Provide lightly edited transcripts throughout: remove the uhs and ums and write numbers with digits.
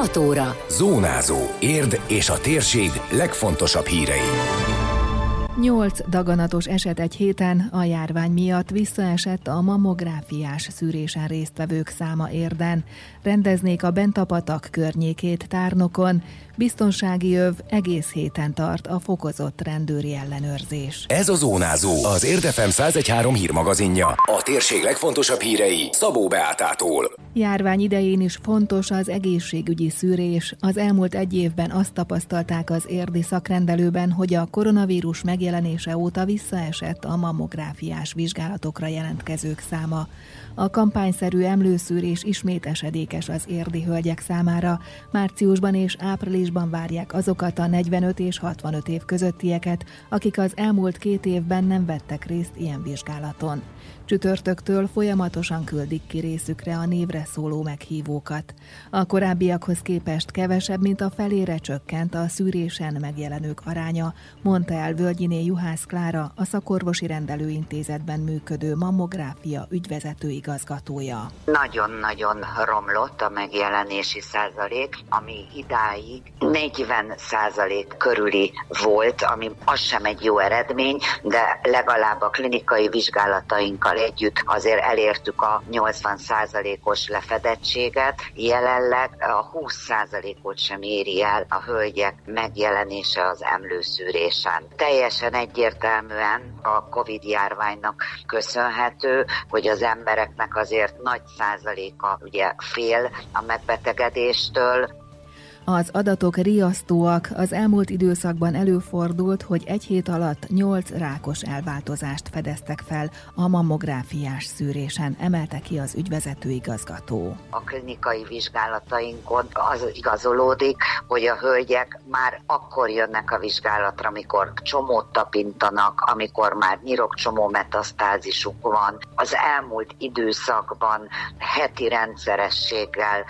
6 óra. Zónázó. Érd és a térség legfontosabb hírei. 8 daganatos eset egy héten, a járvány miatt visszaesett a mammográfiás szűrésen résztvevők száma Érden. Rendeznék a Bentapatak környékét Tárnokon. Biztonsági öv egész héten tart a fokozott rendőri ellenőrzés. Ez a Zónázó, az Érd FM 101.3 hírmagazinja. A térség legfontosabb hírei Szabó Beátától. Járvány idején is fontos az egészségügyi szűrés. Az elmúlt egy évben azt tapasztalták az érdi szakrendelőben, hogy a koronavírus megjelenése óta visszaesett a mammográfiás vizsgálatokra jelentkezők száma. A kampányszerű emlőszűrés ismét esedékes az érdi hölgyek számára. Márciusban és áprilisban várják azokat a 45 és 65 év közöttieket, akik az elmúlt 2 évben nem vettek részt ilyen vizsgálaton. Csütörtöktől folyamatosan küldik ki részükre a névre szóló meghívókat. A korábbiakhoz képest kevesebb, mint a felére csökkent a szűrésen megjelenők aránya, mondta el Völgyiné Juhász Klára, a Szakorvosi Rendelőintézetben működő mammográfia ügyvezető igazgatója. Nagyon-nagyon romlott a megjelenési százalék, ami idáig 40% körüli volt, ami az sem egy jó eredmény, de legalább a klinikai vizsgálatainkkal együtt azért elértük a 80%-os lefedettséget. Jelenleg a 20%-ot sem éri el a hölgyek megjelenése az emlőszűrésen. Teljesen egyértelműen a Covid-járványnak köszönhető, hogy az embereknek azért nagy százaléka ugye fél a megbetegedéstől. Az adatok riasztóak. Az elmúlt időszakban előfordult, hogy egy hét alatt 8 rákos elváltozást fedeztek fel a mammográfiás szűrésen, emelte ki az ügyvezető igazgató. A klinikai vizsgálatainkon az igazolódik, hogy a hölgyek már akkor jönnek a vizsgálatra, amikor csomót tapintanak, amikor már nyirokcsomó metasztázisuk van. Az elmúlt időszakban heti rendszerességgel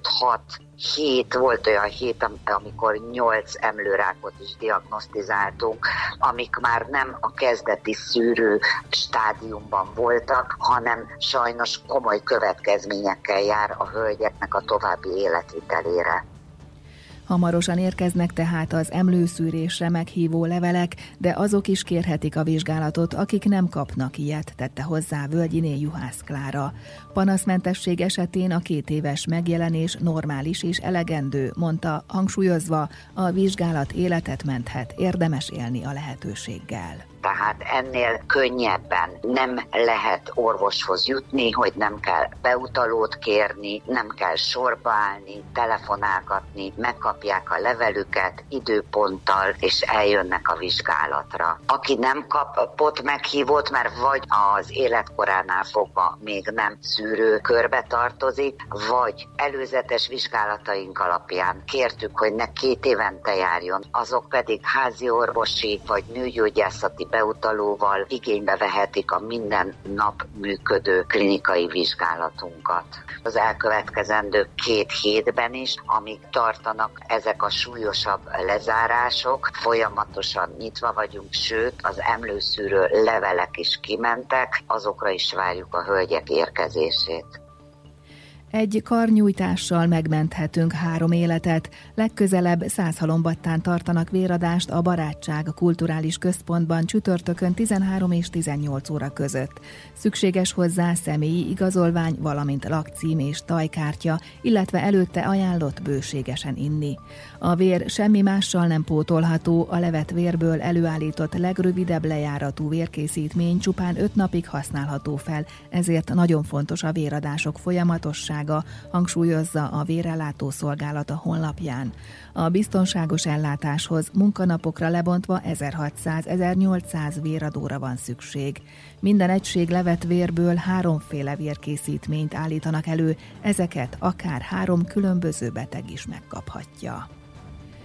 5-6 volt olyan hét, amikor 8 emlőrákot is diagnosztizáltunk, amik már nem a kezdeti szűrő stádiumban voltak, hanem sajnos komoly következményekkel jár a hölgyeknek a további életvitelére. Hamarosan érkeznek tehát az emlőszűrésre meghívó levelek, de azok is kérhetik a vizsgálatot, akik nem kapnak ilyet, tette hozzá Völgyiné Juhász Klára. Panaszmentesség esetén a 2 éves megjelenés normális és elegendő, mondta, hangsúlyozva, a vizsgálat életet menthet, érdemes élni a lehetőséggel. Tehát ennél könnyebben nem lehet orvoshoz jutni, hogy nem kell beutalót kérni, nem kell sorba állni, telefonálgatni, megkapják a levelüket időponttal, és eljönnek a vizsgálatra. Aki nem kapott meghívót, mert vagy az életkoránál fogva még nem szűrő körbe tartozik, vagy előzetes vizsgálataink alapján kértük, hogy ne 2 évente járjon, azok pedig házi orvosi vagy nőgyógyászati beutalóval igénybe vehetik a minden nap működő klinikai vizsgálatunkat. Az elkövetkezendő 2 hétben is, amíg tartanak ezek a súlyosabb lezárások, folyamatosan nyitva vagyunk, sőt az emlőszűrő levelek is kimentek, azokra is várjuk a hölgyek érkezését. Egy karnyújtással megmenthetünk 3 életet. Legközelebb Százhalombattán tartanak véradást a Barátság Kulturális Központban csütörtökön 13 és 18 óra között. Szükséges hozzá személyi igazolvány, valamint lakcím és tajkártya, illetve előtte ajánlott bőségesen inni. A vér semmi mással nem pótolható, a levett vérből előállított legrövidebb lejáratú vérkészítmény csupán 5 napig használható fel, ezért nagyon fontos a véradások folyamatossága, hangsúlyozza a Vérellátó Szolgálat a honlapján. A biztonságos ellátáshoz munkanapokra lebontva 1600-1800 véradóra van szükség. Minden egység levett vérből 3 féle vérkészítményt állítanak elő, ezeket akár 3 különböző beteg is megkaphatja.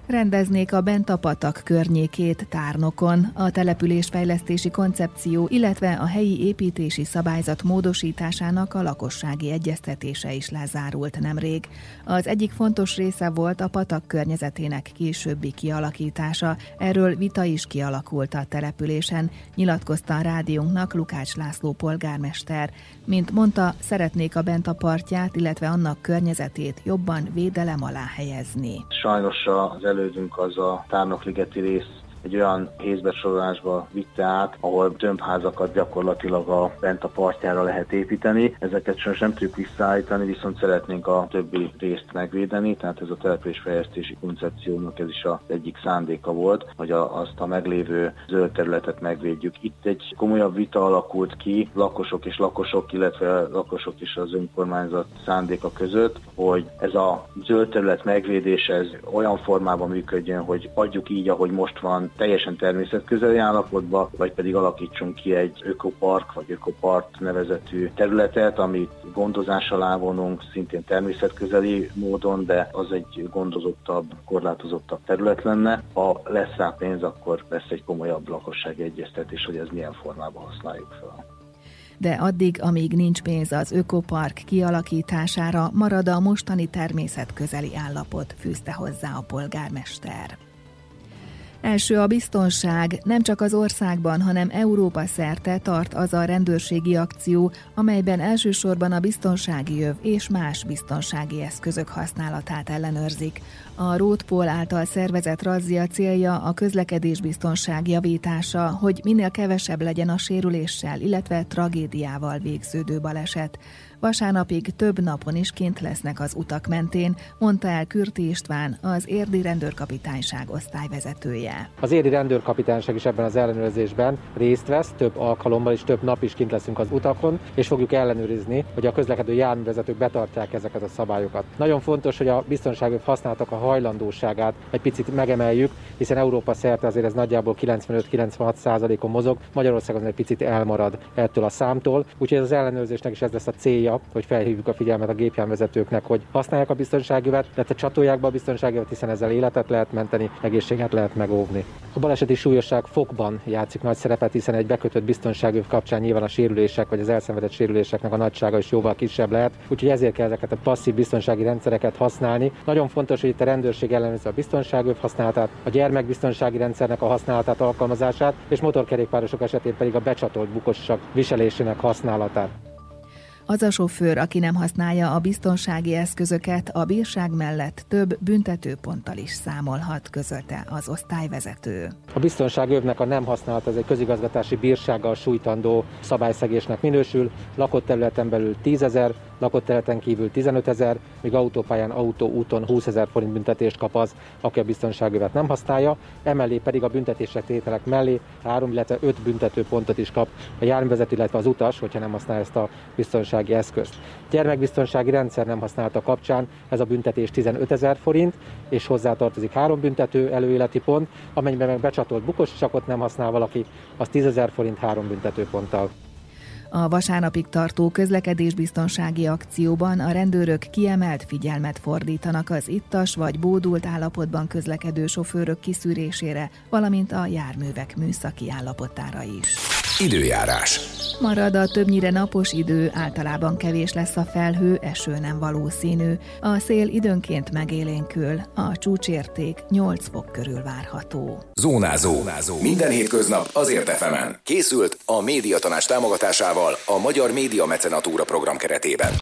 Rendeznék a Benta-patak környékét Tárnokon. A településfejlesztési koncepció, illetve a helyi építési szabályzat módosításának a lakossági egyeztetése is lezárult nemrég. Az egyik fontos része volt a patak környezetének későbbi kialakítása. Erről vita is kialakult a településen, nyilatkozta a rádiónknak Lukács László polgármester. Mint mondta, szeretnék a Benta partját, illetve annak környezetét jobban védelem alá helyezni. Sajnos az elődünk az a Tárnokligeti rész egy olyan hézbesorolásba vitte át, ahol tömbházakat gyakorlatilag a Benta partjára lehet építeni. Ezeket sajnos nem tudjuk visszaállítani, viszont szeretnénk a többi részt megvédeni, tehát ez a településfejlesztési koncepciónak ez is az egyik szándéka volt, hogy azt a meglévő zöld területet megvédjük. Itt egy komolyabb vita alakult ki lakosok, illetve lakosok és az önkormányzat szándéka között, hogy ez a zöld terület megvédése ez olyan formában működjön, hogy adjuk így, ahogy most van, teljesen természetközeli állapotba, vagy pedig alakítsunk ki egy ökopark, vagy ökopart nevezetű területet, amit gondozás alá vonunk, szintén természetközeli módon, de az egy gondozottabb, korlátozottabb terület lenne. Ha lesz rá pénz, akkor lesz egy komolyabb lakossági egyeztetés, hogy ez milyen formában használjuk fel. De addig, amíg nincs pénz az ökopark kialakítására, marad a mostani természetközeli állapot, fűzte hozzá a polgármester. Első a biztonság. Nem csak az országban, hanem Európa szerte tart az a rendőrségi akció, amelyben elsősorban a biztonsági öv és más biztonsági eszközök használatát ellenőrzik. A Roadpol által szervezett razzia célja a közlekedésbiztonság javítása, hogy minél kevesebb legyen a sérüléssel, illetve tragédiával végződő baleset. Vasárnapig több napon is kint lesznek az utak mentén, mondta el Kürti István, az érdi rendőrkapitányság osztályvezetője. Az érdi rendőrkapitányság is ebben az ellenőrzésben részt vesz, több alkalommal és több nap is kint leszünk az utakon, és fogjuk ellenőrizni, hogy a közlekedő járművezetők betartják ezeket a szabályokat. Nagyon fontos, hogy a biztonságöv használatok a hajlandóságát egy picit megemeljük, hiszen Európa szerte azért ez nagyjából 95-96%-on mozog, Magyarországon egy picit elmarad ettől a számtól, úgyhogy az ellenőrzésnek is ez lesz a célja, hogy felhívjuk a figyelmet a gépjárművezetőknek, hogy használják a biztonságövet, illetve csatolják be a biztonságövet, hiszen ezzel életet lehet menteni, egészséget lehet megóvni. A baleseti súlyosság fokban játszik nagy szerepet, hiszen egy bekötött biztonságöv kapcsán nyilván a sérülések vagy az elszenvedett sérüléseknek a nagysága is jóval kisebb lehet, úgyhogy ezért kell ezeket a passzív biztonsági rendszereket használni. Nagyon fontos, hogy itt a rendőrség ellenőrzi a biztonságöv használatát, a gyermekbiztonsági rendszernek a használatát, alkalmazását, és motorkerékpárosok esetén pedig a becsatolt bukosak viselésének használatát. Az a sofőr, aki nem használja a biztonsági eszközöket, a bírság mellett több büntetőponttal is számolhat, közölte az osztályvezető. A biztonságövnek a nem használata, ez egy közigazgatási bírsággal sújtandó szabályszegésnek minősül, lakott területen belül 10 000, lakott területen kívül 15 000, míg autópályán, autóúton 20 000 forint büntetést kap az, aki a biztonságövet nem használja, emellé pedig a büntetések tételek mellé 3, illetve 5 büntetőpontot is kap a járművezető, illetve az utas, hogyha nem használja ezt a biztonsági eszközt. Gyermekbiztonsági rendszer nem használata kapcsán ez a büntetés 15 000 forint, és hozzátartozik 3 büntető előéleti pont, amennyiben meg becsatolt bukossakot nem használ valaki, az 10 000 forint 3 büntetőponttal. A vasárnapig tartó közlekedésbiztonsági akcióban a rendőrök kiemelt figyelmet fordítanak az ittas vagy bódult állapotban közlekedő sofőrök kiszűrésére, valamint a járművek műszaki állapotára is. Időjárás. Marad a többnyire napos idő, általában kevés lesz a felhő, eső nem valószínű. A szél időnként megélénkül, a csúcsérték 8 fok körül várható. Zónázó. Minden hétköznap azért FM-en. Készült a Médiatanács támogatásával a Magyar Média Mecenatúra program keretében.